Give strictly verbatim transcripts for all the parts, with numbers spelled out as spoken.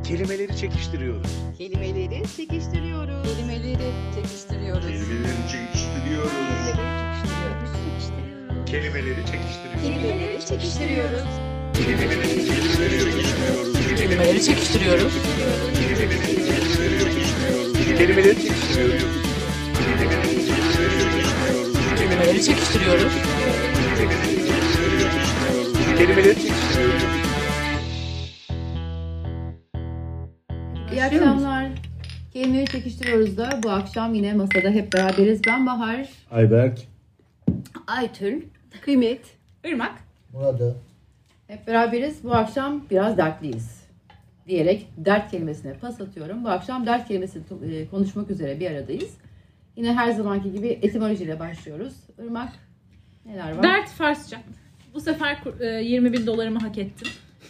Kelimeleri çekiştiriyoruz. Kelimeleri çekiştiriyoruz. Kelimeleri çekiştiriyoruz. Kelimeleri çekiştiriyoruz. Kelimeleri çekiştiriyoruz. Kelimeleri çekiştiriyoruz. Kelimeleri çekiştiriyoruz. Kelimeleri çekiştiriyoruz. Kelimeleri çekiştiriyoruz. Kelimeleri çekiştiriyoruz. Kelimeleri çekiştiriyoruz. Kelimeleri çekiştiriyoruz. İyi akşamlar. Kelimeleri çekiştiriyoruz da bu akşam yine masada hep beraberiz. Ben Bahar, Ayberk. Aytül, Kıymet, Irmak. Burada. hep beraberiz. Bu akşam biraz dertliyiz diyerek dert kelimesine pas atıyorum. Bu akşam dert kelimesini e, konuşmak üzere bir aradayız. Yine her zamanki gibi etimolojiyle başlıyoruz. Irmak, neler var? Dert Farsça. Bu sefer kur- e, yirmi bin dolarımı hak ettim.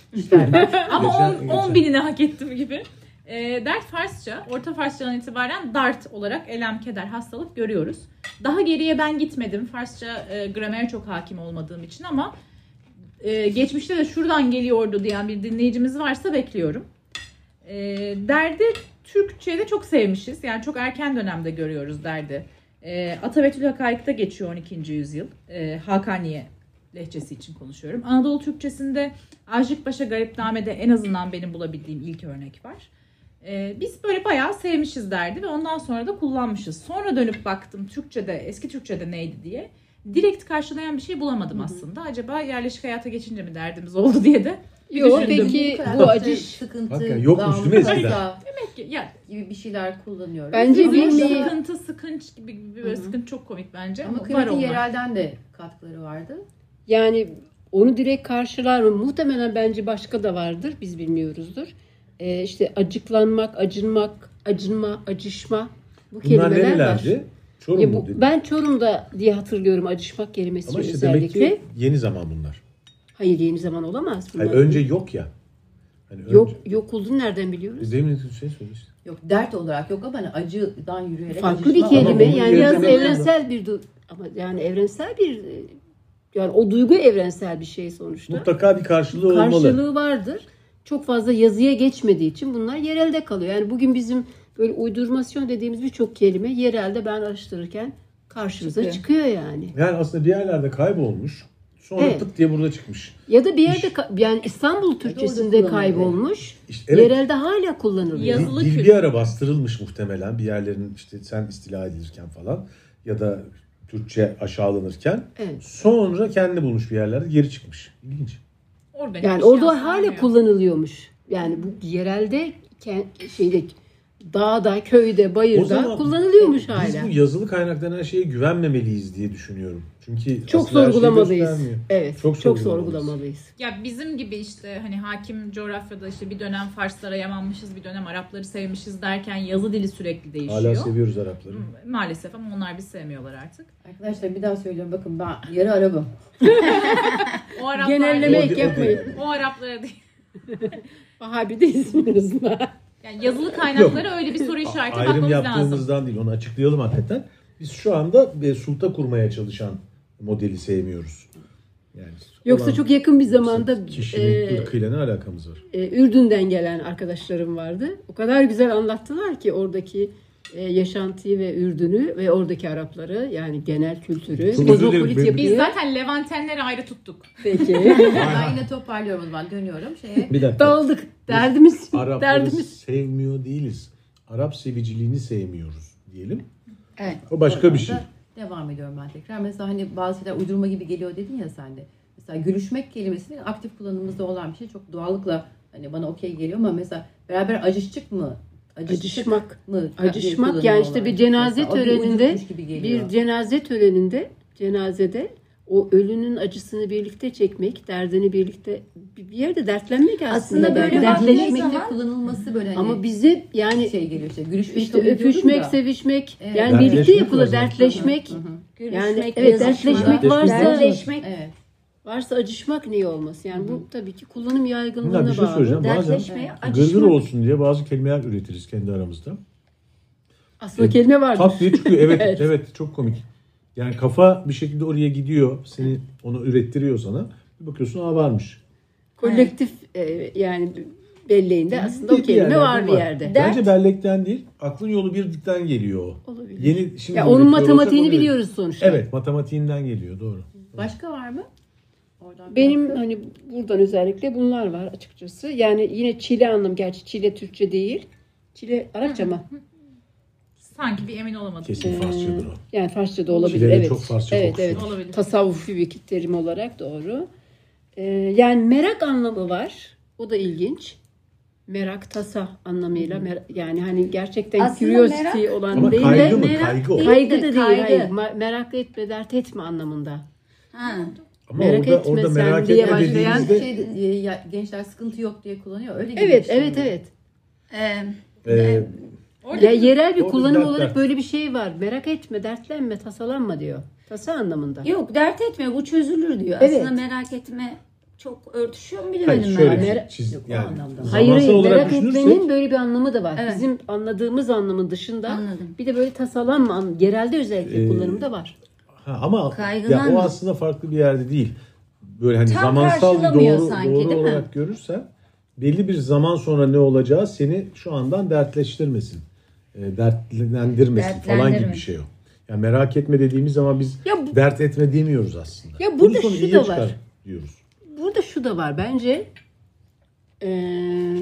Ama Geçen- on, on geçen. binini hak ettim gibi. E, dert Farsça, Orta Farsçadan itibaren dart olarak elem, keder, hastalık görüyoruz. Daha geriye ben gitmedim. Farsça e, gramere çok hakim olmadığım için ama e, geçmişte de şuradan geliyordu diyen bir dinleyicimiz varsa bekliyorum. E, derdi Türkçe'de çok sevmişiz. Yani çok erken dönemde görüyoruz derdi. E, Atabetül Hakaik'te geçiyor on ikinci yüzyıl. E, Hakaniye lehçesi için konuşuyorum. Anadolu Türkçesinde Aşık Paşa Garipname'de en azından benim bulabildiğim ilk örnek var. Ee, biz böyle bayağı sevmişiz derdi ve ondan sonra da kullanmışız. Sonra dönüp baktım Türkçe'de, eski Türkçe'de neydi diye. Direkt karşılayan bir şey bulamadım Hı hı. aslında. Acaba yerleşik hayata geçince mi derdimiz oldu diye de bir Yok, düşündüm. peki kadar bu işte acı sıkıntı, Hakikaten yokmuş değil mi eskiden? dağınıklıksa Demek ki ya gibi bir şeyler kullanıyoruz. Bence bizim bilmeyi- sıkıntı, sıkınç gibi bir böyle Hı hı. sıkıntı çok komik bence. Ama var Kıymet'in onlar. yerelden de katkıları vardı. Yani onu direkt karşılar mı? Muhtemelen bence başka da vardır. Biz bilmiyoruzdur. Ee, işte acıklanmak, acınmak, acınma, acışma. Bu Bunlar kelimeler var. nerelerdi? Çorum Ya mu bu, dedi? ben Çorum'da diye hatırlıyorum acışmak kelimesi Ama işte özellikle. demek ki yeni zaman bunlar. Hayır, yeni zaman olamaz. Bunlar. Hayır, önce yok ya. Hani önce, yok yok olduğunu nereden biliyoruz? Demin şey söylemiştin. Yok dert olarak yok ama hani acıdan yürüyerek Farklı bir acışma- kelime. Ama bunun Yani biraz yerine- evrensel bir du- ama yani evrensel bir yani o duygu evrensel bir şey sonuçta. Mutlaka bir karşılığı, olmalı. Karşılığı vardır. Çok fazla yazıya geçmediği için bunlar yerelde kalıyor. Yani bugün bizim böyle uydurmasyon dediğimiz birçok kelime yerelde ben araştırırken karşımıza Çıkıyor. çıkıyor yani. Yani aslında bir yerlerde kaybolmuş. Sonra Evet. tık diye burada çıkmış. Ya da bir yerde İş- ka- yani İstanbul Türkçesinde kullanılıyor. kaybolmuş. İşte evet. Yerelde hala kullanılıyor. Yazı- Dil, Yazılı dil kültür. bir ara bastırılmış muhtemelen bir yerlerin işte sen istila edilirken falan ya da Türkçe aşağılanırken Evet. sonra kendi bulmuş bir yerlerde geri çıkmış. İlginç. Organik Yani bir şey orada aslında hala olmuyor. kullanılıyormuş. Yani bu yerelde ke- şeyde dağda, köyde, bayırda kullanılıyormuş Biz hala. bu yazılı kaynakların her şeye güvenmemeliyiz diye düşünüyorum. Çünkü Çok aslında her şeyi sorgulamalıyız. göstermiyor. Evet. Çok Çok, sorgulamalıyız. sorgulamalıyız. Ya bizim gibi işte hani hakim coğrafyada işte bir dönem Farslara yamanmışız, bir dönem Arapları sevmişiz derken yazı dili sürekli değişiyor. Hala seviyoruz Arapları. Maalesef ama onlar bizi sevmiyorlar artık. Arkadaşlar bir daha söylüyorum bakın ben yarı Arap'ım. O Araplar Genelleme değil. ek O- o yapmayın. değil. O Araplara değil. Vahabi değilsiniz. Yani yazılı kaynaklara öyle bir soru işareti Ayrım bakmamız lazım. yaptığımızdan değil, onu açıklayalım hakikaten. Biz şu anda e, sulta kurmaya çalışan modeli sevmiyoruz. Yani Yoksa olan çok yakın bir zamanda kişinin e, ırkıyla ne alakamız var? e, Ürdün'den gelen arkadaşlarım vardı. O kadar güzel anlattılar ki oradaki e, yaşantıyı ve Ürdün'ü ve oradaki Arapları yani genel kültürü, Çok özür dilerim, kozmopolit ben- yapıyı. Biz zaten Levantenleri ayrı tuttuk. Peki. Ben yine toparlıyorum o zaman dönüyorum şeye. Bir dakika. Dağıldık. Derdimiz, Arapları derdimiz. sevmiyor değiliz. Arap seviciliğini sevmiyoruz diyelim. Evet. O başka Oradan bir şey. da Devam ediyorum ben tekrar. Mesela hani bazı şeyler uydurma gibi geliyor dedin ya sen de. Mesela gülüşmek kelimesinin aktif kullanımımızda olan bir şey. Çok doğallıkla hani bana okey geliyor ama mesela beraber acışçık mı? Acışmak. mı? Acışmak yani işte bir cenaze Mesela o bir töreninde uydurmuş gibi geliyor. bir cenaze töreninde cenazede o ölünün acısını birlikte çekmek, derdini birlikte bir yerde dertlenmek aslında, aslında böyle belki baktığın dertleşmek. zaman kullanılması böyle hani Ama bize yani şey geliyor işte gülüşmek işte kabul ediyordum öpüşmek, da. sevişmek Evet. yani birlikte Dertleşmek yapılır, var zaten. dertleşmek. Hı hı. Yani Görüşmek, evet yazışmak, dertleşmek varsa dertleşmek. Evet. varsa acışmak niye olmaz? Yani bu tabii ki kullanım Ya yaygınlığına bir şey bağlı. söyleyeceğim. Bazen Dertleşmeye, gırgır acışmak. olsun diye bazı kelimeler üretiriz kendi aramızda. Aslında kelime vardır. Tak diye çıkıyor. Evet, Evet. evet çok komik. Yani kafa bir şekilde oraya gidiyor. Seni onu ürettiriyor sana. Bir bakıyorsun aa varmış. Kolektif e, yani belleğinde aslında o Bir kelime yerlerden var bir yerde. Bence bellekten değil, aklın yolu birdikten geliyor o. Olabilir. Yeni, şimdi Ya onun üretiyor matematiğini olsak onu- biliyoruz sonuçta. Evet, matematiğinden geliyor, doğru. Başka var mı? Oradan Benim bir- hani buradan özellikle bunlar var açıkçası. Yani yine Çile anlamı, gerçi Çile Türkçe değil. Çile Arapça mı? Sanki bir emin olamadım. Kesin Farsçadır o. Yani Farsça da olabilir. Çile'de evet. çok Farsça evet, kokusu evet. var. Olabilir. Tasavvufi bir terim olarak doğru. Ee, yani merak anlamı var. O da ilginç. Merak, tasa anlamıyla. Mer- yani hani gerçekten Aslında curiosity merak- olan Ama değil kaygı de mı? merak Kaygı o. değil. kaygı da de değil. kaygı. Hayır. Ma- merak etme, dert etme anlamında. Ha. Ama Merak orada, etme orada sen merak diye etme başlayan dediğimizde şey, e, ya, gençler sıkıntı yok diye kullanıyor. Öyle gibi Evet, bir şey evet, mi? evet. Ee, e, Orada Ya yerel bir Orada kullanım dert, olarak dert. böyle bir şey var. Merak etme, dertlenme, tasalanma diyor. Tasa anlamında. Yok dert etme bu çözülür diyor. Evet. Aslında merak etme çok örtüşüyor mu hayır, bilemedim şöyle ben. bir şey, Merak- çiz, Yok, o yani anlamda. Hayır, zamansal hayır, olarak merak düşünürsek etmenin böyle bir anlamı da var. Evet. Bizim anladığımız anlamın dışında Anladım. bir de böyle tasalanma, an- yerelde özellikle Ee, kullanımı da var. ha, ama ya, Kaygılanma. o aslında farklı bir yerde değil. Böyle hani Tam zamansal bir karşılamıyor doğru, sanki, doğru değil mi? olarak görürsen belli bir zaman sonra ne olacağı seni şu andan dertleştirmesin. E, dertlendirmesin falan gibi Dertlendirme. bir şey o. Yani merak etme dediğimiz zaman biz Ya bu- dert etme demiyoruz aslında. Ya Bunun burada sonu şu iyiye da çıkar var. diyoruz. Burada şu da var bence. Ee,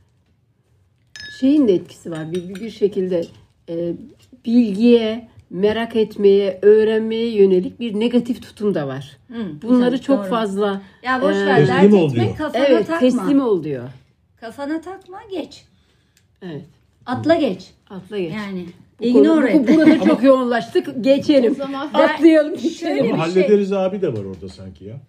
şeyin de etkisi var. Bir, bir, bir şekilde e, bilgiye, merak etmeye, öğrenmeye yönelik bir negatif tutum da var. Hı, Bunları güzel, çok doğru. fazla Ya boş Ee, ver Teslim dert ol etme diyor. kafana evet takma. teslim ol diyor. Kafana takma geç. Evet. Atla geç. Atla geç. Yani Bu ignore konu- et. bu- Burada çok yoğunlaştık. Geçelim. O zaman Atlayalım. Şöyle Ama bir şey. hallederiz abi de var orada sanki ya.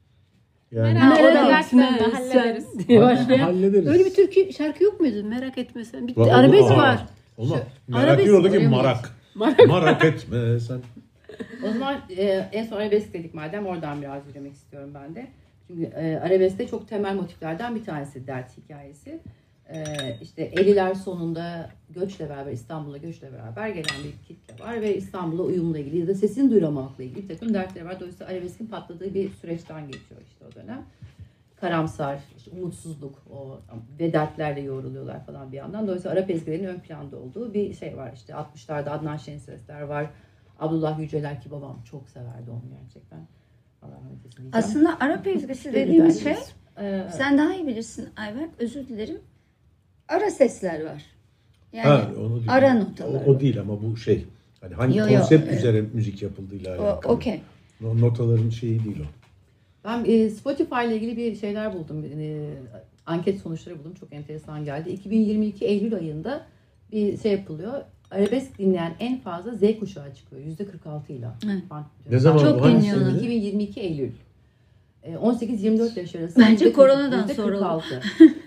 Yani Merak Merak Merak etme etme, sen hallederiz. diye başlayan. hallederiz. Öyle bir türkü şarkı yok muydu? Merak etme sen. Bir Var, arabesk olur. var. Olmaz. Şu- Merak arabesk değil oradaki oluyor mu? marak. Merak- Marak etme sen. O zaman e, en son arabesk dedik madem oradan biraz yürümek istiyorum ben de. Çünkü e, arabeskte çok temel motiflerden bir tanesi dert hikayesi. E, işte elliler sonunda göçle beraber İstanbul'a göçle beraber gelen bir kitle var ve İstanbul'a uyumla ilgili ya da sesini duyuramamakla ilgili bir takım dertleri var. Dolayısıyla arabeskin patladığı bir süreçten geçiyor işte o dönem. Karamsar, işte umutsuzluk o ve dertlerle yoğruluyorlar falan bir yandan. Dolayısıyla Arap ezgilerinin ön planda olduğu bir şey var. İşte altmışlarda Adnan Şensesler var. Abdullah Yüceler ki babam çok severdi onu gerçekten. Allah rahmet eylesin diyeceğim. Aslında Arap ezgisi Öyle dediğimiz şey derler. Ee, sen daha iyi bilirsin Ayberk özür dilerim. Ara sesler var. Yani Ha, onu değil. ara notalar. O, o değil ama bu şey. Hani hangi Yo, yo, konsept evet. üzere müzik yapıldığıyla O, alakalı. okey. No- Notaların şeyi değil o. Ben e, Spotify ile ilgili bir şeyler buldum. E, anket sonuçları buldum. Çok enteresan geldi. iki bin yirmi iki Eylül ayında bir şey yapılıyor. Arabesk dinleyen en fazla Z kuşağı çıkıyor. yüzde kırk altı ile. Evet. Ne zaman Çok bu? Hangi dinliyorlar. sene? iki bin yirmi iki Eylül. E, on sekiz yirmi dört yaş arası. Bence yüzde kırk- koronadan yüzde sonra kırk oldu. altı.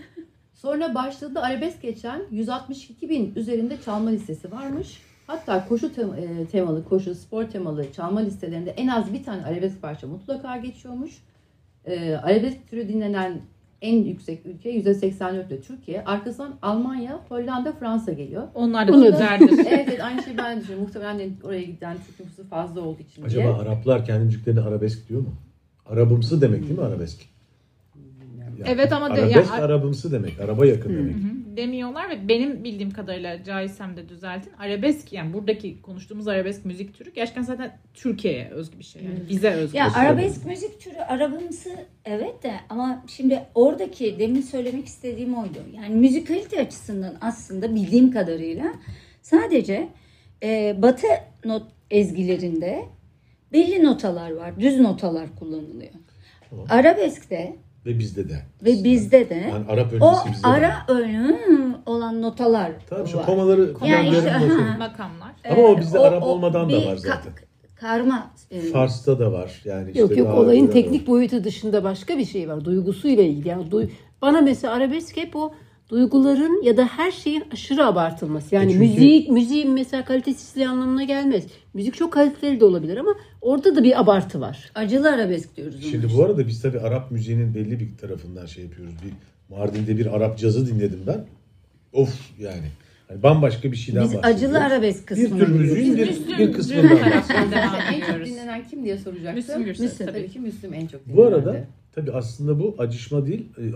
Sonra başladı arabesk geçen yüz altmış iki bin üzerinde çalma listesi varmış. Hatta koşu tem- e, temalı, koşu, spor temalı çalma listelerinde en az bir tane arabesk parça mutlaka geçiyormuş. E, arabesk türü dinlenen en yüksek ülke yüzde seksen dört ile Türkiye. Arkasından Almanya, Hollanda, Fransa geliyor. Onlar da Bunu- Türklerdir. evet, evet aynı şeyi ben de düşünüyorum. Muhtemelen de oraya giden Türk nüfusu fazla olduğu için diye. Acaba Araplar kendi müziklerine arabesk diyor mu? Arabımsı demek değil mi arabesk? Yani Evet ama de- arabesk ya- arabımsı demek, araba yakın demek. Demiyorlar ve benim bildiğim kadarıyla caizsem de düzeltin. Arabesk yani buradaki konuştuğumuz arabesk müzik türü gerçekten zaten Türkiye'ye özgü bir şey. Yani bize özgü. Ya bir şey. arabesk müzik türü arabamsı evet de ama şimdi oradaki demin söylemek istediğim oydu. Yani müzikalite açısından aslında bildiğim kadarıyla sadece e, batı not ezgilerinde belli notalar var. Düz notalar kullanılıyor. Tamam. Arabeskte Ve bizde de. ve bizde de Yani Arap öncesi o bizde de. ara önü olan notalar Tabii şu var. komaları Yani işte, kullanıyorum da ha. şey. Makamlar. Ama o bizde Ee, Arap olmadan da bir var ka- zaten. karma. e, Fars'ta da var. Yani işte Yok yok daha olayın öyle teknik var. boyutu dışında başka bir şey var. Duygusuyla ilgili. Yani duy- bana mesela arabesk hep o duyguların ya da her şeyin aşırı abartılması. Yani E çünkü- müzik, müziğin mesela kalitesizliği anlamına gelmez. Müzik çok kaliteli de olabilir ama orada da bir abartı var. acılı arabesk diyoruz ona. Şimdi bu arada biz tabii Arap müziğinin belli bir tarafından şey yapıyoruz. Bir Mardin'de bir Arap cazı dinledim ben. Of yani. Hani bambaşka bir şeyden Biz bahsediyoruz. acılı arabesk Bir kısmına tür müziğin gidiyoruz. bir, Müslüm- bir kısmından Müslüm bahsediyoruz. taraftan devam en çok ediyoruz. dinlenen kim diye soracaktım. Müslüm Gürses Müslüm. tabii Tabii ki. ki Müslüm en çok dinlenen. Bu arada tabii aslında bu acışma değil, e,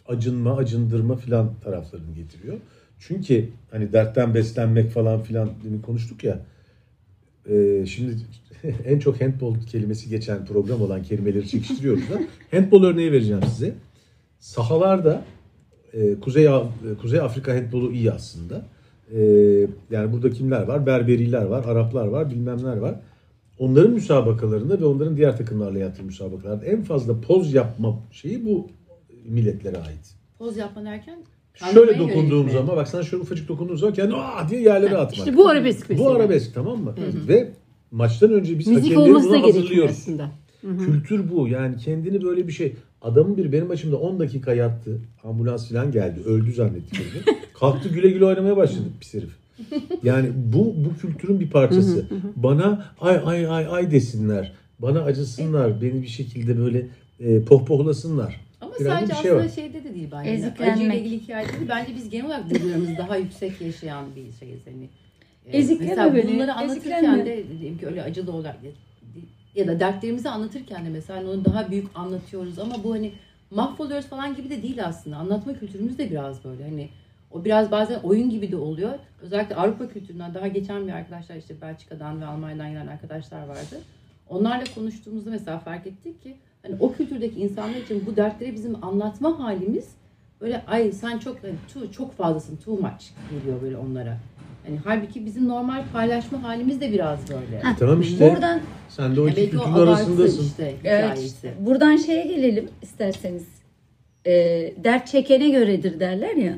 acınma, acındırma filan taraflarını getiriyor. Çünkü hani dertten beslenmek falan filan demin konuştuk ya. E, şimdi en çok handball kelimesi geçen program olan kelimeleri çekiştiriyoruz da. Handball örneği vereceğim size. Sahalarda e, Kuzey Kuzey Afrika handbolu iyi aslında. E, yani burada kimler var? Berberiler var, Araplar var, bilmemler var. Onların müsabakalarında ve onların diğer takımlarla yaptığı müsabakalarda en fazla poz yapma şeyi bu milletlere ait. Poz yapma derken? Şöyle dokunduğum zaman, bak sana şöyle ufacık dokunduğum zaman kendini aa diye yerlere atmak. İşte bu arabesk mesela. Bu arabesk, tamam mı? Hı-hı. Ve maçtan önce biz müzik hakemleri olması da buna gerekiyor hazırlıyoruz. aslında. Hı-hı. Kültür bu. Yani kendini böyle bir şey. Adamın biri benim açımda on dakika yattı. Ambulans falan geldi. Öldü zannettik onu. Kalktı güle güle oynamaya başladı pis herif. Yani bu bu kültürün bir parçası. Bana ay ay ay ay desinler. Bana acısınlar. Beni bir şekilde böyle e, pohpohlasınlar. Ama Biraz sadece bir şey aslında var. şeyde de değil bence. Eziklenmek. Acıyla ilgili hikaye değil. Bence biz genel olarak duygularımızı daha yüksek yaşayan bir şeyiz. Hani, e, Ezikleme mesela beni, bunları anlatırken eziklenme. de diyelim ki öyle acılı olarak ya da dertlerimizi anlatırken de mesela hani onu daha büyük anlatıyoruz ama bu hani mahvoluyoruz falan gibi de değil aslında. Anlatma kültürümüz de biraz böyle hani o biraz bazen oyun gibi de oluyor. Özellikle Avrupa kültüründen daha geçen bir arkadaşlar işte Belçika'dan ve Almanya'dan gelen arkadaşlar vardı. Onlarla konuştuğumuzda mesela fark ettik ki hani o kültürdeki insanlar için bu dertleri bizim anlatma halimiz böyle ay sen çok hani, too, çok fazlasın, too much geliyor böyle onlara. Yani halbuki bizim normal paylaşma halimiz de biraz böyle. Ha, Tamam işte. Buradan Sen de o Yani iki belki o kültürün abartı arasındasın. işte evet, hikayesi. işte, buradan şeye gelelim isterseniz. E, dert çekene göredir derler ya.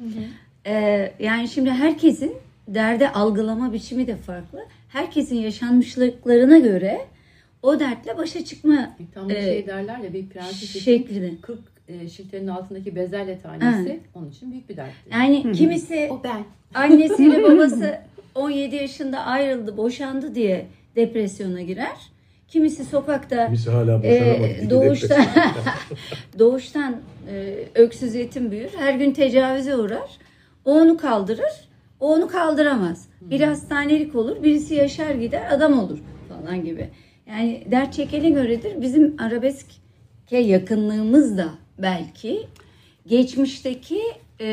E, yani şimdi herkesin derde algılama biçimi de farklı. Herkesin yaşanmışlıklarına göre o dertle başa çıkma Tam e, şey derler ya bir prenses şekli. kırk e, şiltenin altındaki bezelye tanesi Evet. onun için büyük bir dertti. Yani kimisi O ben. annesiyle babası on yedi yaşında ayrıldı, boşandı diye depresyona girer. Kimisi sokakta Kimisi hala boşanamadı. Ee, Bir de doğuştan depresyon. doğuştan e, öksüz yetim büyür. Her gün tecavüze uğrar. O onu kaldırır. O onu kaldıramaz. Biri hastanelik olur. Birisi yaşar gider adam olur falan gibi. Yani dert çekene göredir. Bizim arabeske yakınlığımız da belki geçmişteki e,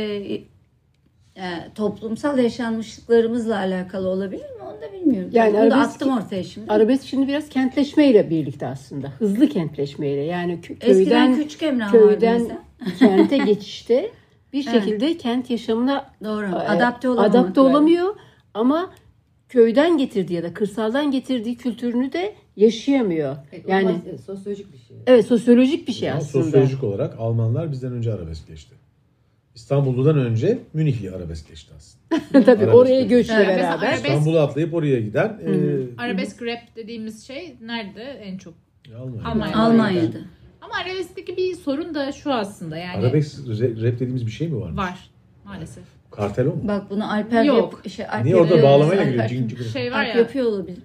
e, toplumsal yaşanmışlıklarımızla alakalı olabilir mi? Onu da bilmiyorum. Yani Bunu da arabesk- attım ortaya şimdi. Arabesk şimdi biraz kentleşmeyle birlikte aslında. Hızlı kentleşmeyle. Yani kö- Eskiden köyden küçük Emrah vardı köyden mesela. kente geçişte bir Evet. şekilde kent yaşamına Doğru. e, Adapte olamamak adapte var. olamıyor ama köyden getirdiği ya da kırsaldan getirdiği kültürünü de yaşayamıyor. Evet, Yani yani evet, sosyolojik bir şey. evet sosyolojik bir şey Yani aslında. sosyolojik olarak Almanlar bizden önce arabeskleşti. İstanbul'dan önce Münihli arabeskleşti aslında. Tabii Arabesk oraya dedi. göçle Evet, beraber. mesela arabesk- İstanbul'a atlayıp oraya giden e, Arabesk rap dediğimiz şey nerede en çok? Almanya. Almanya. Almanya'da. Ama arabeskteki bir sorun da şu aslında yani Arabesk re- rap dediğimiz bir şey mi var? var maalesef. Kartel o mu? Bak bunu Alper Yok. yap- şey, Alp Niye orada yapıyor. bağlamayla Alper- giriyor? Cing cing. Şey var Alp ya. yapıyor olabilir.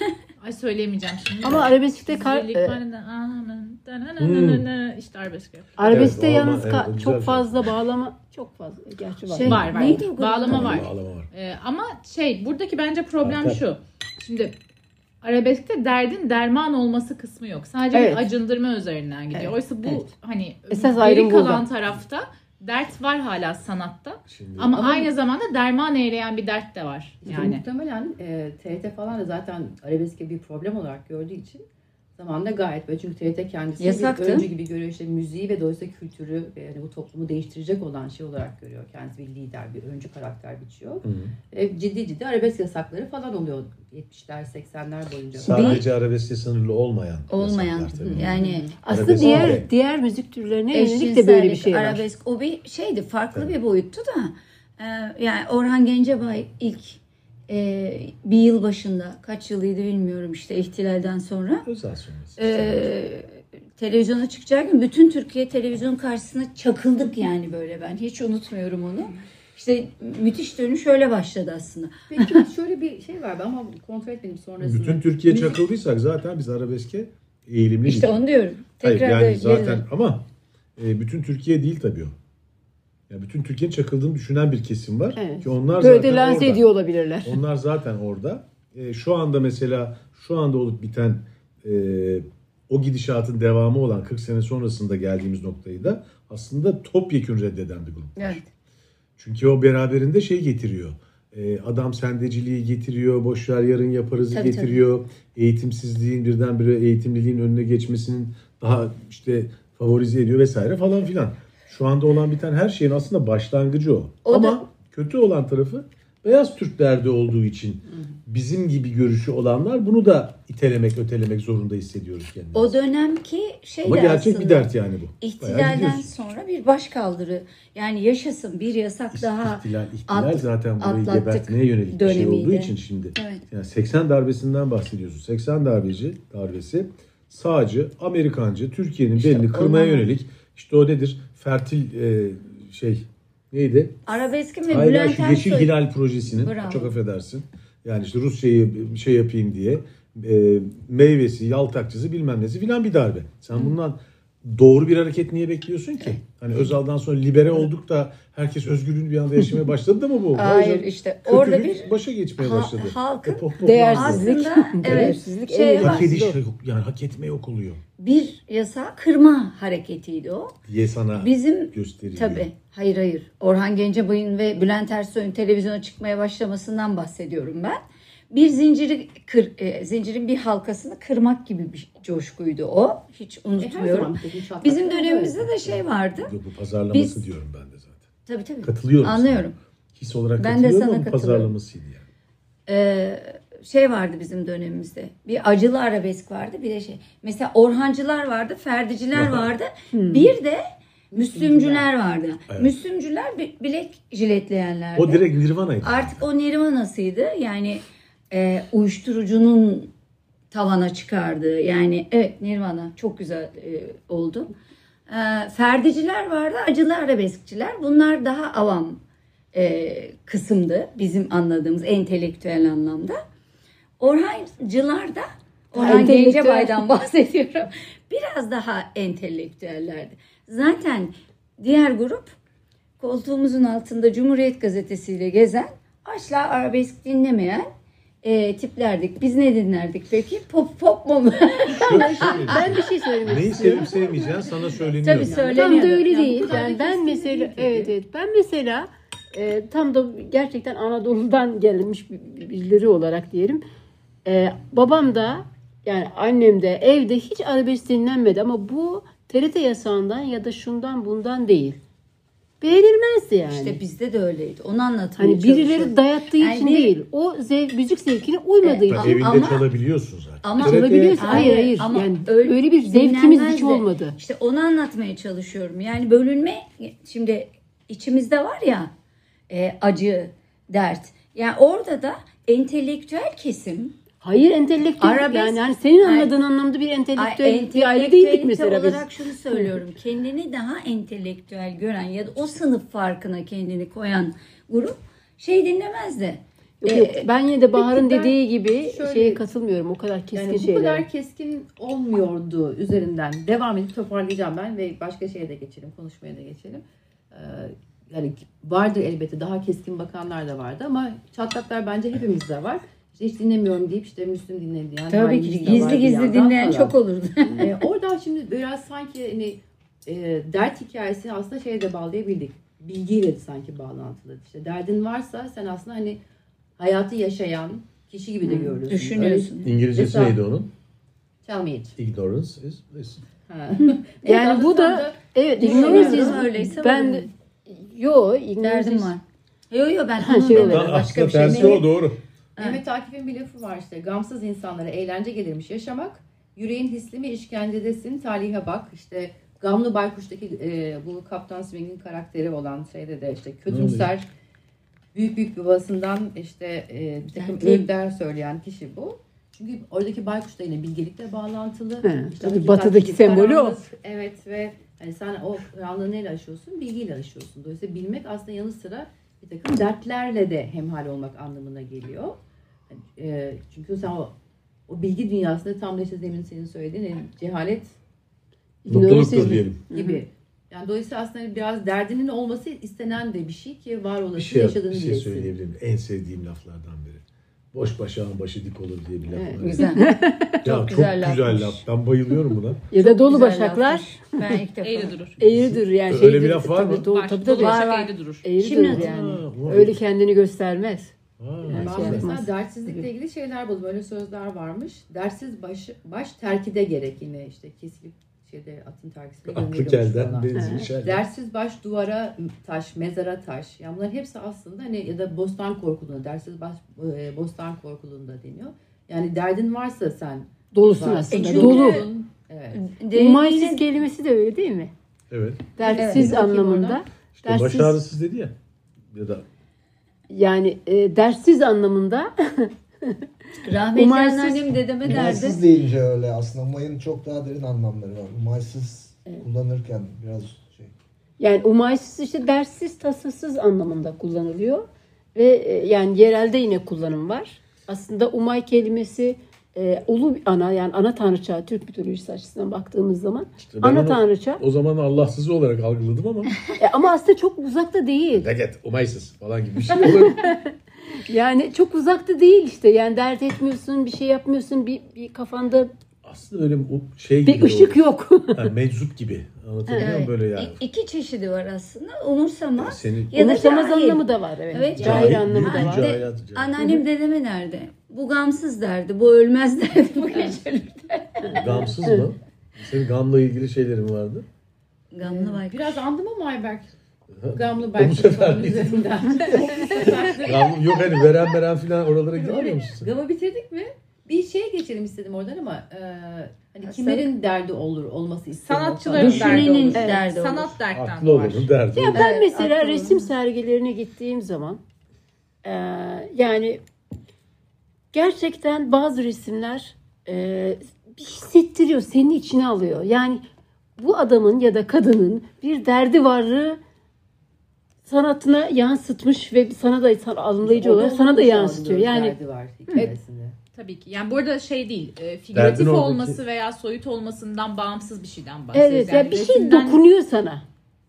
Ay söyleyemeyeceğim şimdi. Ama arabeskte kar, Zillik e, var, aman, dananana, işte arabesk rap. arabeskte Evet, yalnız Alman- ka- evet, o güzel çok şey. fazla bağlama çok fazla gerçi var. Şey, Var, var. neydi o grup? Bağlama var. Bağlama var. Ee, ama şey buradaki bence problem Kartel. şu. Şimdi arabeskte derdin derman olması kısmı yok. Sadece Evet. bir acındırma üzerinden gidiyor. Evet, Oysa bu evet. hani Esas geri ayrım kalan burada. tarafta dert var hala sanatta. Şimdi Ama, Ama- aynı zamanda derman eyleyen bir dert de var. Yani Yani muhtemelen e, T R T falan da zaten arabeski bir problem olarak gördüğü için zamanında gayet böyle çünkü T R T kendisi Yasaktı. bir öncü gibi görüyor işte müziği ve dolayısıyla kültürü ve yani bu toplumu değiştirecek olan şey olarak görüyor. Kendisi bir lider, bir öncü karakter biçiyor. Hı. E, ciddi ciddi arabesk yasakları falan oluyor yetmişler seksenler boyunca. sadece arabeskle sınırlı olmayan Olmayan. yasaklar tabii. Yani Aslında Arabesk diğer evet. diğer müzik türlerine yönelik de böyle bir eşcinsellik, şey var. arabesk o bir şeydi farklı Evet. bir boyuttu da e, yani Orhan Gencebay ilk e, bir yıl başında kaç yılıydı bilmiyorum işte ihtilalden sonra Özel sonrası. e, televizyona çıkacağı gün bütün Türkiye televizyon karşısına çakıldık yani böyle ben hiç unutmuyorum onu. İşte müthiş dönüş öyle başladı aslında. Peki şöyle bir şey var ama kontrol etmedim sonrasında. Bütün Türkiye Müzik- çakıldıysak zaten biz arabeske eğilimli İşte onu diyorum. Hayır Tekrar yani böyle zaten geri- ama e, bütün Türkiye değil tabii o. Ya bütün Türkiye'nin çakıldığını düşünen bir kesim var Evet. ki onlar Böyle zaten de lanse orada. ediyor olabilirler. Onlar zaten orada. E, şu anda mesela şu anda olup biten e, o gidişatın devamı olan kırk sene sonrasında geldiğimiz noktayı da aslında topyekün reddeden bir grup. Evet. Çünkü o beraberinde şey getiriyor. Ee, adam sendeciliği getiriyor, boşver yarın yaparızı Tabii, getiriyor. Eğitimsizliğin birdenbire eğitimliliğin önüne geçmesinin daha işte favorize ediyor vesaire falan filan. Şu anda olan biten her şeyin aslında başlangıcı o. O Ama da- kötü olan tarafı beyaz Türklerde olduğu için bizim gibi görüşü olanlar bunu da itelemek, ötelemek zorunda hissediyoruz kendimizi. O dönemki şey Ama de gerçek aslında bir dert yani bu. Bayağı ihtilalden gidiyorsun. sonra bir başkaldırı. Yani yaşasın bir yasak daha. İhtilal, ihtilal at- zaten burayı atlattık gebertmeye yönelik bir şey olduğu dönemiydi. için şimdi. Evet. Yani seksen darbesinden bahsediyorsun. seksen darbeci darbesi sağcı, Amerikancı, Türkiye'nin İşte belini kırmaya onlar- yönelik. İşte o nedir? Fertil e, şey neydi? Arabeskin ve Hala Bülent şu Yeşil Ersoy. Hilal projesinin Bravo. çok affedersin. Yani işte Rusya'yı bir şey yapayım diye e, meyvesi, yaltakçısı bilmem nesi filan bir darbe. Sen bundan doğru bir hareket niye bekliyorsun ki? Hani Özal'dan sonra libere olduk da herkes özgürlüğünü bir anda yaşamaya başladı da mı bu? Hayır, Vay işte canım, orada kötülük bir başa geçmeye ha- başladı. halkın Epok- Değersizlik. aslında evet Değersizlik şey en var. Hak ediş Zor. yok. Yani hak etme yok oluyor Bir yasağı kırma hareketiydi o. diye sana Bizim gösteriliyor. tabii hayır hayır Orhan Gencebay'ın ve Bülent Ersoy'un televizyona çıkmaya başlamasından bahsediyorum ben. Bir zinciri kır, e, zincirin bir halkasını kırmak gibi bir coşkuydu o. Hiç E, her unutmuyorum. zaman bir takım çatlaklar Bizim var. dönemimizde de şey vardı. Yok, bu pazarlaması Biz- diyorum ben de zaten. Tabii tabii. Katılıyorum sana. Anlıyorum. His olarak Ben de katılıyorum sana ama katılıyorum. pazarlamasıydı yani. Ee, şey vardı bizim dönemimizde. Bir acılı arabesk vardı, bir de şey. Mesela Orhancılar vardı, Ferdiciler vardı. Bir de Müslümcüler vardı. Evet. Müslümcüler bi- bilek jiletleyenlerdi. O direkt Nirvana'ydı. Artık o Nirvana'sıydı. Yani e, uyuşturucunun tavana çıkardığı. Yani evet Nirvana çok güzel e, oldu. E, Ferdiciler vardı, acılı arabeskçiler. Bunlar daha avam e, kısımdı. Bizim anladığımız entelektüel anlamda. Orhancılar da Orhan Entelektüel. Gencebay'dan bahsediyorum. Biraz daha entelektüellerdi. Zaten diğer grup koltuğumuzun altında Cumhuriyet Gazetesi'yle gezen, asla arabesk dinlemeyen e, tiplerdik. Biz ne dinlerdik peki? Pop pop mu? Ben bir şey söylemek Neyi istiyorum. sevip sevmeyeceğin sana söyleniyor. Tabii Yani. söyleniyordu. Tam da öyle Yani bu değil. kadar Yani da ben keskin mesela değil tabii. evet evet ben mesela e, tam da gerçekten Anadolu'dan gelmiş bir- birileri olarak diyelim. E, babam da yani annem de evde hiç arabesk dinlenmedi ama bu T R T yasağından ya da şundan bundan değil. Beğenilmezdi yani. İşte bizde de öyleydi. Onu anlatmaya Hani birileri çalışıyorum. dayattığı Yani için bir- değil. O zev, müzik zevkine uymadığı Evet, Bak, için. evinde Ama- çalabiliyorsun zaten. Ama- T R T 'ye Çalabiliyorsun. Hayır, Hayır hayır. ama Yani öyle öyle bir zevkimiz hiç dinlenmezdi. olmadı. İşte onu anlatmaya çalışıyorum. Yani bölünme şimdi içimizde var ya e, acı, dert. Yani orada da entelektüel kesim Hayır entelektüel Arabesk- yani hani senin Ay- anladığın anlamda bir entelektüel Ay, bir aile değildik entelektüelite mesela biz. olarak şunu söylüyorum. Kendini daha entelektüel gören ya da o sınıf farkına kendini koyan grup şey dinlemezdi. Yok, Ee, yok. Ben yine de Bahar'ın ben dediği gibi şöyle- şeye katılmıyorum. O kadar keskin Yani bu şeyler. kadar keskin olmuyordu üzerinden. Devam edip toparlayacağım ben ve başka şeye de geçelim, konuşmaya da geçelim. Ee, yani vardır elbette daha keskin bakanlar da vardı ama çatlaklar bence hepimizde var. İşte hiç dinlemiyorum deyip işte Müslüm dinleyen Tabii halimiz ki de var gizli bir gizli yandan dinleyen falan. çok olurdu. Ee, oradan şimdi biraz sanki hani e, dert hikayesini aslında şeye de bağlayabildik. Bilgiyle de sanki bağlantılı. İşte derdin varsa sen aslında hani hayatı yaşayan kişi gibi de görüyorsun. Düşünüyorsun. İngilizcesi Mesela- neydi onun? Tell me it. Ignorance is bliss. Ha. Yani bu da evet ignorance is öyleyse ben varım. yo ignorance Derdim is- var. Yo yo ben Ha, onun şey demedim. olarak. Başka bir Aslında şey tersi değil. o doğru. Mehmet Akif'in bir lafı var işte. Gamsız insanlara eğlence gelirmiş yaşamak. Yüreğin hisli mi işkencedesin talihe bak. İşte Gamlı Baykuş'taki e, bu Kaptan Swing'in karakteri olan şeyde de işte kötümser büyük büyük bir babasından işte e, bir takım Dertli. öğütler söyleyen kişi bu. Çünkü oradaki baykuş da yine bilgelikle bağlantılı. He, İşte tabii hakikat, batıdaki sembolü o. karanlık. Evet ve hani sen o karanlığı neyle aşıyorsun? Bilgiyle aşıyorsun. Dolayısıyla bilmek aslında yanı sıra bir takım dertlerle de hemhal olmak anlamına geliyor. E, çünkü sen o, o bilgi dünyasında tam da işte demin senin söylediğin yani cehalet Mutluluktur ignorance diyelim. gibi. Yani dolayısıyla aslında biraz derdinin olması istenen de bir şey ki var Bir olasın şey, yaşadığını bir şey bilesin. söyleyebilirim. En sevdiğim laflardan biri. Boş başağın başı dik olur diye bir laf Evet, var. Güzel. Ya çok güzel güzel, lafmış. laf. Ben bayılıyorum buna. Ya da dolu Güzel başaklar lafmış. Ben ilk defa. Eğri durur. eğri durur yani. Öyle şeydir, bir laf var mı? tabii, Dolu, Var. tabii Dolu tabii. başak Var, var. eğri durur. Eğri Şimdi durur yani. Ha, var. Öyle kendini göstermez. Ha, Yani Bazı şey mesela yapmaz. dertsizlikle ilgili şeyler buldum. Böyle sözler varmış. Dersiz baş, baş terkide gerek, yine işte kesilip şeyde atın terkisine aklı gönderiyormuş kelden falan. benzin Evet. şer. Dersiz baş duvara taş, mezara taş. Yani bunların hepsi aslında hani ya da bostan korkuluğunda, dersiz baş e, bostan korkuluğunda deniyor. Yani derdin varsa sen Dolusun var. aslında. E, Dolu. Evet. Değil- Umaysız yine- kelimesi de öyle değil mi? Evet. Dertsiz Evet. anlamında. İşte baş Dersiz, ağrısız dedi ya. Ya da yani e, derssiz anlamında Rahmetli Umarsız- anneannem dedeme derdi. Umaysız deyince öyle aslında. Umayın çok daha derin anlamları var. Umaysız kullanırken biraz şey. yani umaysız işte derssiz tasasız anlamında kullanılıyor. Ve e, yani yerelde yine kullanım var. Aslında umay kelimesi e, ulu bir ana, yani ana tanrıça, Türk mitolojisi açısından baktığımız zaman işte ben ana onu tanrıça. o zaman Allahsız olarak algıladım ama E, ama aslında çok uzakta değil. deget, umaysız falan gibi bir şey olur. Yani çok uzakta değil işte. Yani dert etmiyorsun, bir şey yapmıyorsun, bir, bir kafanda Aslında öyle o şey gibi. bir ışık o- yok. Ha, meczup gibi. Anlatabiliyor muyum Evet. böyle yani? İ- İki çeşidi var aslında. Umursamaz Seni ya da Umursamaz cahil. anlamı da var. Evet. Evet, Cahil, cahil. anlamı da Ha, var. de- Cahil, cahil. Anneannem dedeme derdi. Bu gamsız derdi. Bu ölmez derdi. Bu geçirir. Gamsız mı? Senin gamla ilgili şeylerin vardı. Gamlı baykuş. Biraz andım ama Ayberk. Gamlı Bu belki sefer falan üzerinden. Gamlı yok hani veren veren filan oralara gidemiyor Öyle, musun? gamı bitirdik mi? Bir şeye geçelim istedim oradan ama e, hani Hastalık. kimlerin derdi olur olması istedim. Sanatçıların falan. derdi Düşünenin olur. derdi olur. Sanat dertten Aklı doğar. olanın derdi. Ya ben Evet, mesela aklı resim olan. sergilerine gittiğim zaman e, yani gerçekten bazı resimler e, bir hissettiriyor, senin içine alıyor. Yani bu adamın ya da kadının bir derdi varlığı sanatına yansıtmış ve sana da sana alımlayıcı Orada olarak sana da olmuş yansıtıyor. algılıyoruz, Yani derdi var hikayesinde. Tabii ki. Yani bu arada şey değil, e, figüratif Derdin oradaki- olması veya soyut olmasından bağımsız bir şeyden bahsediyoruz. evet, Yani ya bir şey resimden- dokunuyor sana.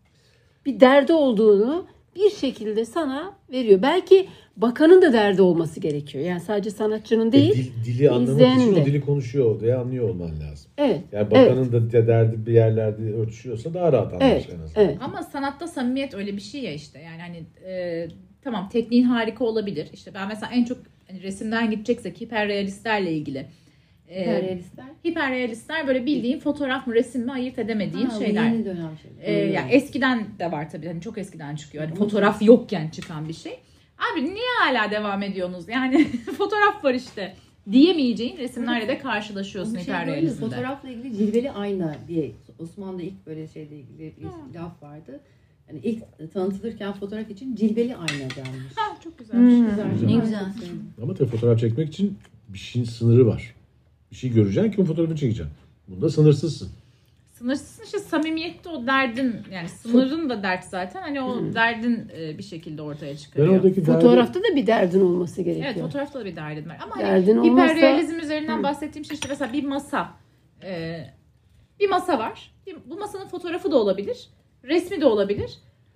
Bir derdi olduğunu bir şekilde sana veriyor. Belki bakanın da derdi olması gerekiyor. Yani sadece sanatçının E, değil. dil- dili anlamak izleyenin için de. o dili konuşuyor diye anlıyor olman lazım. Evet. Yani Evet. bakanın da de- derdi bir yerlerde örtüşüyorsa daha rahat anlar Evet. en azından. Evet. Ama sanatta samimiyet öyle bir şey ya işte. Yani hani e, tamam tekniğin harika olabilir. İşte ben mesela en çok hani resimden gideceksek hiperrealistlerle ilgili. E, Hiperrealistler. hiperrealistler böyle bildiğin fotoğraf mı resim mi ayırt edemediğin Ha, bu şeyler. yeni dönem şeyler. E, yani eskiden de var tabii. Hani çok eskiden çıkıyor. Hani fotoğraf yokken çıkan bir şey. Abi niye hala devam ediyorsunuz? Yani fotoğraf var işte. Diyemeyeceğin resimlerle de karşılaşıyorsun Ama şey böyle, hiperrealizmde. fotoğrafla ilgili cilveli ayna diye Osmanlı'da ilk böyle şeyle ilgili bir laf vardı. Yani ilk tanıtılırken fotoğraf için cilveli ayna denmiş. Ha, çok güzelmiş. Hmm. Güzel. Ne Ben güzel. çok sevdim. Ama tabii fotoğraf çekmek için bir şeyin sınırı var. Bir şey göreceksin ki o fotoğrafını çekeceksin. Bunda sınırsızsın. Sınırsız işte samimiyette o derdin yani sınırın da dert zaten hani o derdin e, bir şekilde ortaya Ben çıkarıyor. oradaki derdi... Fotoğrafta da bir derdin olması gerekiyor. Evet fotoğrafta da bir derdin var ama hani Derdin olmazsa- hiperrealizm üzerinden bahsettiğim şey işte mesela bir masa e, bir masa var. Bir- Bu masanın fotoğrafı da olabilir, resmi de olabilir.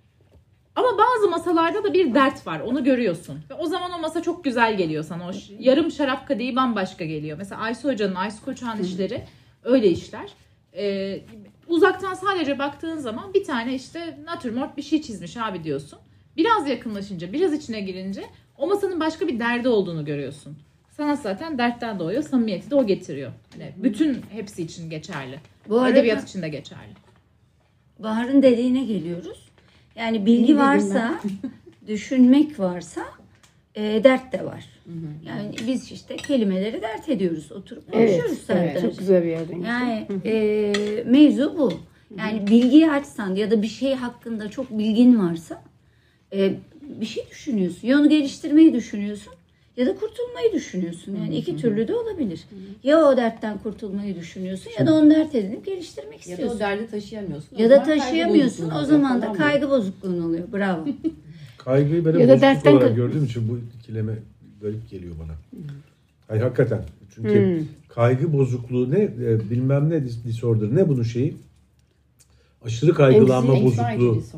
Ama bazı masalarda da bir dert var. Onu görüyorsun. Ve o zaman o masa çok güzel geliyor sana. O ş- yarım şarap kadehi bambaşka geliyor. Mesela Aysu Hoca'nın, Aysu Koçak'ın işleri öyle işler. Ee, uzaktan sadece baktığın zaman bir tane işte natürmort bir şey çizmiş abi diyorsun. Biraz yakınlaşınca, biraz içine girince o masanın başka bir derdi olduğunu görüyorsun. Sanat zaten dertten doğuyor. Samimiyeti de o getiriyor. Yani bütün hepsi için geçerli. Bu arada Edebiyat için de geçerli. Bahar'ın dediğine geliyoruz. Yani Ne bilgi dedim varsa, düşünmek varsa e, dert de var. Yani biz işte kelimeleri dert ediyoruz. Oturup konuşuyoruz Evet, saatlerce. evet, çok güzel bir yerden. Yani e, mevzu bu. Yani bilgiyi açsan ya da bir şey hakkında çok bilgin varsa e, bir şey düşünüyorsun. Ya onu geliştirmeyi düşünüyorsun ya da kurtulmayı düşünüyorsun. Yani iki türlü de olabilir. Ya o dertten kurtulmayı düşünüyorsun ya da onu dert edinip geliştirmek Ya da istiyorsun. o derdi taşıyamıyorsun. Ya O da zaman kaygı taşıyamıyorsun. bozukluğun O oluyor zaman da falan mı? kaygı bozukluğun oluyor. Bravo. Kaygıyı ben Ya da bozukluk dertten- olarak gördüğüm için bu ikileme garip geliyor bana. Hayır hakikaten. Çünkü Hmm. kaygı bozukluğu ne e, bilmem ne dis- disorder ne bunun şeyi? Aşırı kaygılanma Anxiety bozukluğu. disorder.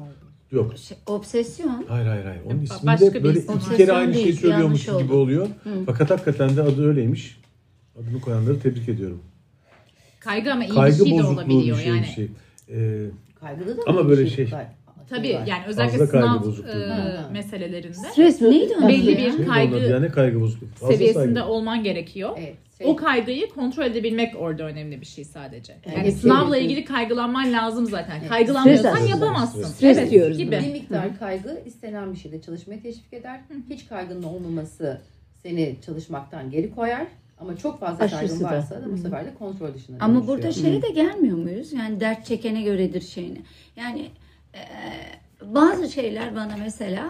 Yok. Şey, obsesyon. Hayır hayır hayır. Onun Ba- ismi başka de bir böyle isim iki var. kere aynı Obsesyon şeyi değil, söylüyormuş yanlış gibi oldu. oluyor. Hı. Fakat hakikaten de adı öyleymiş. Adını koyanları tebrik ediyorum. Kaygı ama iyi Kaygı bir şey de bozukluğu bir olabiliyor şey yani. bir şey. Ee, Kaygıda da Ama bir böyle şey- var. Tabii var. yani özellikle Fazla kaygı sınav bozukluğu. e, Ha. meselelerinde Stres mi? Neydi onun belli adı bir ya? Neydi onun kaygı adı? Yani kaygı bozukluğu. Fazla seviyesinde saygı. olman gerekiyor. Evet. Şey, O kaygıyı kontrol edebilmek orada önemli bir şey sadece. Yani Yani hep sınavla şey- ilgili kaygılanman lazım zaten. Evet. Kaygılanmıyorsan Stres yapamazsın. Stres. Stres Evet, diyoruz gibi. bir miktar kaygı istenen bir şeyde çalışmaya teşvik eder. Hiç kaygının olmaması seni çalışmaktan geri koyar. Ama çok fazla Aşırısı kaygın da. varsa da bu sefer de kontrol dışına Ama dönüşüyor. burada şeye de gelmiyor muyuz? Yani dert çekene göredir şeyini. Yani e, bazı şeyler bana mesela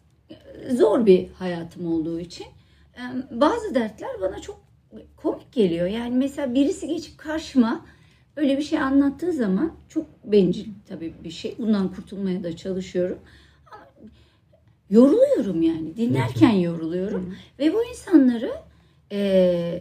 e, zor bir hayatım olduğu için e, bazı dertler bana çok komik geliyor. Yani mesela birisi geçip karşıma öyle bir şey anlattığı zaman çok bencil tabii bir şey. Bundan kurtulmaya da çalışıyorum. Ama yoruluyorum yani. Dinlerken yoruluyorum. Ve bu insanları e,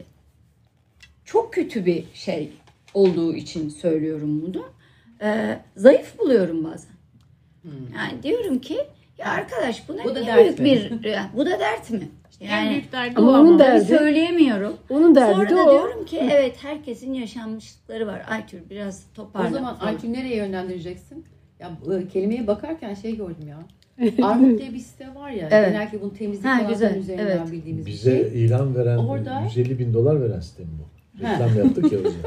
çok kötü bir şey olduğu için söylüyorum bunu. Ee, zayıf buluyorum bazen. Hmm. Yani diyorum ki ya arkadaş bu ne Bu da ne dert büyük mi? bir ya, bu da dert mi? En Yani büyük derdi Ama o onun ama. da- tabii derdi- söyleyemiyorum. Onun derdi Sonra de da o. diyorum ki evet herkesin yaşanmışlıkları var. Aytül biraz toparla. O zaman falan. Aytül nereye yönlendireceksin? Ya e, kelimeye bakarken şey gördüm ya. Armut diye bir site var ya. Evet. Genellikle bunu temizlik Ha, falan güzel, üzerinden evet. bildiğimiz bir Bize şey. ilan veren Orada- yüz elli bin dolar veren site mi bu? Ha. Reklam yaptık ya o yüzden.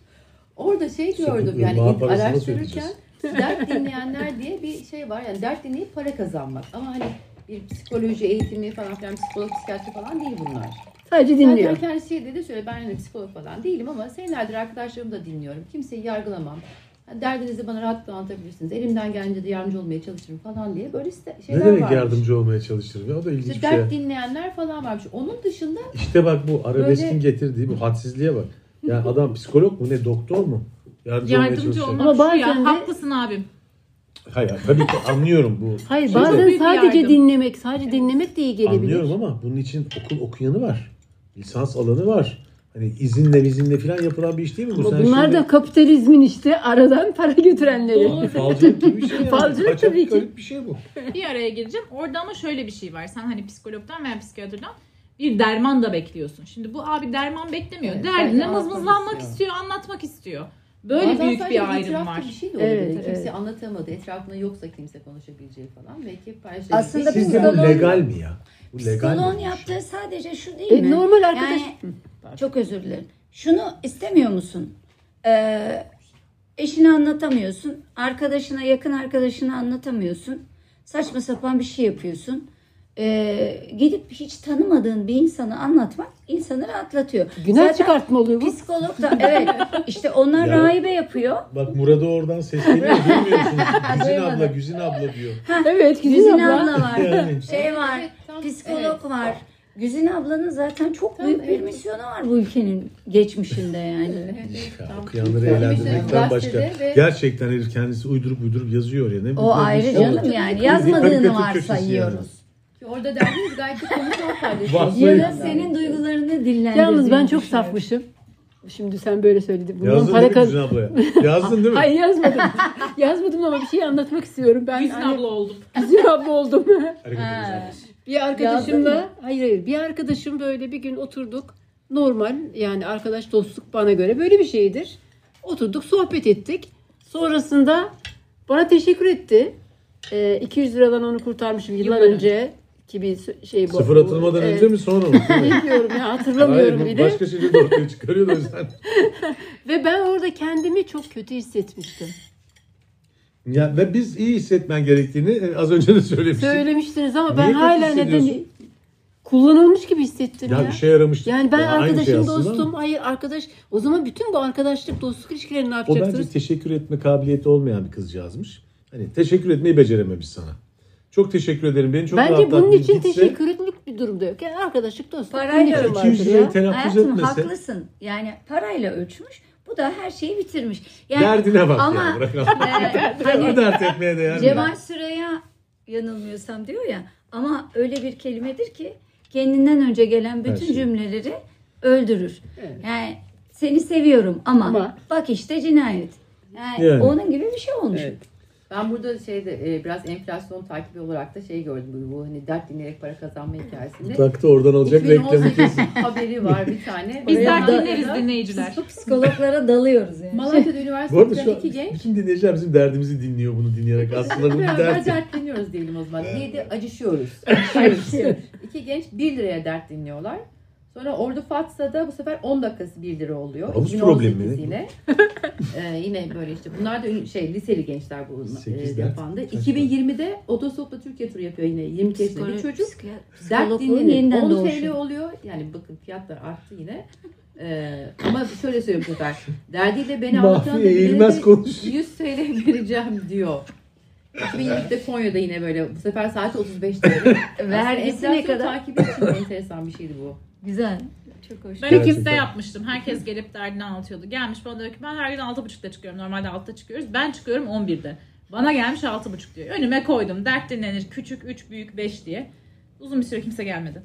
Orada şey İşte gördüm bu yani ırmağa ilk parasını araştırırken nasıl dert dinleyenler diye bir şey var. Yani dert dinleyip para kazanmak. Ama hani bir psikoloji eğitimi falan filan psikolog, psikiyatri falan değil bunlar. Sadece dinliyor. Zaten kendisi şey dedi söyle ben hani psikolog falan değilim ama senelerdir arkadaşlarımı da dinliyorum. Kimseyi yargılamam. Yani derdinizi bana rahatlıkla anlatabilirsiniz. Elimden gelince de yardımcı olmaya çalışırım falan diye böyle site- Ne şeyler demek varmış. yardımcı olmaya çalışırım ya? O da ilginç İşte bir şey. dert dinleyenler falan varmış. Onun dışında İşte bak bu arabeskin Böyle- getirdiği bu hadsizliğe bak. Yani adam psikolog mu ne doktor mu? Yardımcı, olmaya Yardımcı çalışacak. olmak Ama şu bazen ya. de- Haklısın abim. Hayır tabii ki anlıyorum bu. Hayır Şey bazen de- büyük bir sadece yardım. dinlemek, sadece dinlemek de iyi gelebilir. Anlıyorum ama bunun için okul okuyanı var. Lisans alanı var. Hani izinle izinle falan yapılan bir iş değil mi bu? Ama Sen bunlar şimdi- da kapitalizmin işte aradan para götürenleri. Doğru. Falcılık gibi bir şey yani. Falcılık Kaçak tabii ki. garip bir şey bu. Bir araya gireceğim. Orada ama şöyle bir şey var. Sen hani psikologdan veya psikiyatrdan bir derman da bekliyorsun. Şimdi bu abi derman beklemiyor. Evet, Derdine sadece mızmızlanmak anlatmak istiyor. istiyor. anlatmak istiyor. Böyle bazen büyük sadece bir ayrım itirafta var. bir şey de olabilir. Evet, Kimse evet. anlatamadı. Etrafında yoksa kimse konuşabileceği falan. Belki paylaşabileceği. Aslında şey Sizce bu psikolog- legal mi ya? Bu legal Psikoloğun mi? yaptığı sadece şu değil E, mi? normal arkadaş. Yani, çok özür dilerim. Şunu istemiyor musun? Ee, eşine anlatamıyorsun. Arkadaşına, yakın arkadaşına anlatamıyorsun. Saçma sapan bir şey yapıyorsun. Ee, gidip hiç tanımadığın bir insanı anlatmak insanı rahatlatıyor. Günah Zaten çıkartma oluyor bu. psikolog da evet işte onlar Ya. rahibe yapıyor. Bak Murat'a oradan sesleniyor. Duymuyor musunuz? Güzin Duymadım. abla, Güzin abla diyor. Evet, güzel Güzin abla. abla var. Yani. Şey var. Evet, tam- Psikolog var. Güzin ablanın zaten çok Tam büyük bir evet. misyonu var bu ülkenin geçmişinde yani. Ya, okuyanları Yani eğlendirmekten mesela başka. gazetede ve- Gerçekten herif kendisi uydurup uydurup yazıyor ya. Ne, O ayrı canım yani. Yazmadığını varsayıyoruz. Ki orada derdiniz gayet de konuşma paylaşıyor. Varsayın. Ya da senin duygularını dinlendirdiğini Yalnız ben çok düşünüyorum. safmışım. Şimdi sen böyle söyledin. Bundan Yazdın para değil mi kaz... Güzin ablaya? Yazdın değil mi? Hayır yazmadım. yazmadım ama bir şey anlatmak istiyorum. Ben Güzin hani- abla oldum. Güzin abla oldum. Hareket Ha. edin. Bir arkadaşımla, Yazdın mı? hayır hayır, bir arkadaşım böyle bir gün oturduk. Normal yani arkadaş dostluk bana göre böyle bir şeydir. Oturduk sohbet ettik. Sonrasında bana teşekkür etti. Ee, iki yüz liradan onu kurtarmışım yıllar Yıllar önce. Ki bir şey bu. Sıfır atılmadan Evet. önce mi sonra mı? Bilmiyorum ya hatırlamıyorum Hayır, bile. başka şeyleri de ortaya çıkarıyor da o yüzden. Ve ben orada kendimi çok kötü hissetmiştim. Ya, ve biz iyi hissetmen gerektiğini e, az önce de söylemiştik. Söylemiştiniz ama ben Niye kötü hala neden hissediyorsun? kullanılmış gibi hissettim Ya ya. işe yaramıştı. Yani ben Ya aynı arkadaşım şey aslında dostum. ama Hayır arkadaş. O zaman bütün bu arkadaşlık dostluk ilişkilerini ne O bence yapacaksınız? teşekkür etme kabiliyeti olmayan bir kızcağızmış. Hani teşekkür etmeyi becerememiş sana. Çok teşekkür ederim. Beni çok Bence rahatlattın. bunun için Gitse, teşekkür etmek bir durumda yok. Yani arkadaşlık dostluk. Parayla bunun için ölçüyor. iki yüz vardır lirayı ya. telaffuz Hayatım etmese haklısın. Yani parayla ölçmüş. Bu da her şeyi bitirmiş. Yani derdine bak ama ya. Bırak e, Bu hani dert etmeye değer mi? Cemal Süreya yanılmıyorsam diyor ya ama öyle bir kelimedir ki kendinden önce gelen bütün şey. cümleleri öldürür. Evet. Yani seni seviyorum ama, Ama- bak işte cinayet. Yani, Yani. onun gibi bir şey olmuş. Evet. Ben burada şeyde e, biraz enflasyon takibi olarak da şey gördüm. Bu, bu hani dert dinleyerek para kazanma hikayesinde. Mutlaka oradan olacak reklamı iki bin on sekiz kesin. haberi var bir tane. Biz Oraya dert da- dinleriz dinleyiciler. Psikologlara dalıyoruz yani. Malatya'da Bu arada üniversitede şu an iki genç. bütün dinleyiciler bizim derdimizi dinliyor bunu dinleyerek. Aslında bu bir Beraber dert. dertleniyoruz diyelim o zaman. Diye de acışıyoruz. Acışıyoruz. İki genç bir liraya dert dinliyorlar. Sonra Ordu Fatsa'da bu sefer on dakikası bir lira oluyor. Havuz iki bin on sekiz problemi mi? yine. ee, yine böyle işte bunlar da ün- şey liseli gençler bu Sekiz e, dert. yapandı. Kaç iki bin yirmide Otostop'la Türkiye turu yapıyor yine yirmi iki yaşında bir çocuk. Dert Psikologluğun dinlenir. yeniden on doğuşu. T L oluyor. Yani bakın fiyatlar arttı yine. Ee, ama şöyle söyleyeyim bu sefer. Derdiyle beni anlatan Mahfiye eğilmez konuş. yüz T L vereceğim diyor. iki bin yirmide Konya'da yine böyle bu sefer saati otuz beş T L. Vergisi ne kadar? Takibi için enteresan bir şeydi bu. Güzel. Çok hoş. Ben Gerçekten. ekipte yapmıştım. Herkes gelip derdini anlatıyordu. Gelmiş bana diyor ki ben her gün altı buçukta çıkıyorum. Normalde altıda çıkıyoruz. Ben çıkıyorum on birde. Bana gelmiş altı buçuk diyor. Önüme koydum. Dert dinlenir. Küçük, üç, büyük, beş diye. Uzun bir süre kimse gelmedi.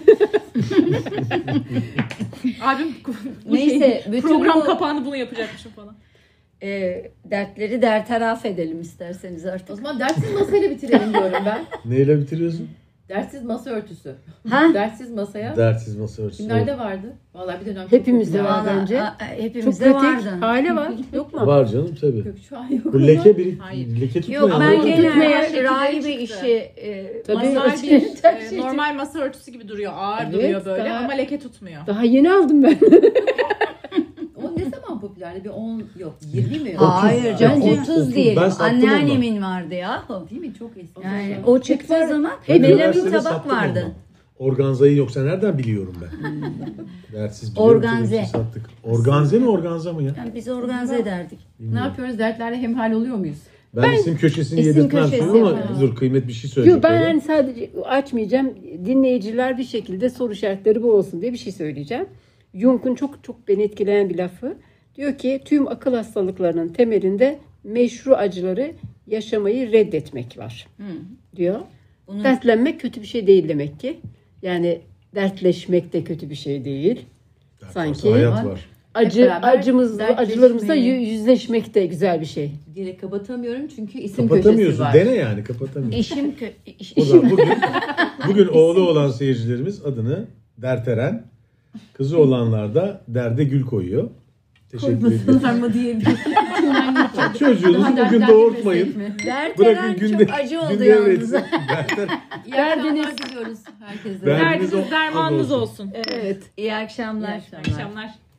Abim bu Neyse, şey, bütün program bu- kapağını bunu yapacakmışım falan. E, dertleri dertaraf edelim isterseniz O artık. zaman dertsiz masayla bitirelim diyorum ben. Neyle bitiriyorsun? Dertsiz masa örtüsü. Ha? Dertsiz masaya. Dertsiz masa örtüsü. Kimlerde vardı? Vallahi bir dönem çok Hepimizde popüler. var. Vallahi, bence. a- a- Çok hepimizde pratik vardı. hali var. Yok mu? Var canım tabii. Yok şu an yok. Bu leke bir Hayır. leke tutmayan. Yok ben var. gene Tutmaya her rahibe çıktı. işi e, Tabii. Masal bir e, normal masa örtüsü gibi duruyor. Ağır Evet, duruyor böyle daha- ama leke tutmuyor. Daha yeni aldım ben. O ne zaman popülerdi? Bir on yok yirmi mi? Hayır canım Bence- otuz otuz. diyelim. Ben sattım Anneannemin vardı yahu. Değil mi? Çok eski. Yani o çıktığı zaman Ben melamin üniversitede tabak sattım vardı. onu. Organzayı yoksa nereden biliyorum ben? Dertsiz biliyorum. Organze. tabii ki sattık. Organze mi organza mı ya? Yani biz organize ederdik. Ne yapıyoruz? Dertlerle hemhal oluyor muyuz? Ben, isim köşesini isim yedirtmem köşesi ama yapalım. dur kıymet bir şey söyleyecek. Yok ben öyle. hani sadece açmayacağım. Dinleyiciler bir şekilde soru işaretleri bu olsun diye bir şey söyleyeceğim. Jung'un çok çok beni etkileyen bir lafı. Diyor ki tüm akıl hastalıklarının temelinde meşru acıları yaşamayı reddetmek var. Hı. Diyor. Bunun Dertlenmek kötü bir şey değil demek ki. Yani dertleşmek de kötü bir şey değil. Dert sanki- varsa hayat var. Acı beraber acımız dertleşmeyi- acılarımızla yü- yüzleşmek de güzel bir şey. Direkt kapatamıyorum çünkü isim köşesi Kapatamıyorsun. var. Dene yani kapatamıyorsun. işim kö- iş- O zaman bugün, bugün oğlu olan seyircilerimiz adını Derteren, kızı olanlar da Derde Gül koyuyor. Teşekkür ederim. Koymasınlar mı diye bir içimden geçiyor. Çocuğunuzu Daha bugün dertlenmesek doğurtmayın. mi? Derteren Günde- çok acı oldu günde yalnız. üretsin. Derteren. İyi akşamlar diliyoruz herkese. Ben- Derdiniz Derdiniz o- dermanınız az olsun. olsun. Evet. İyi akşamlar. İyi akşamlar. İyi akşamlar.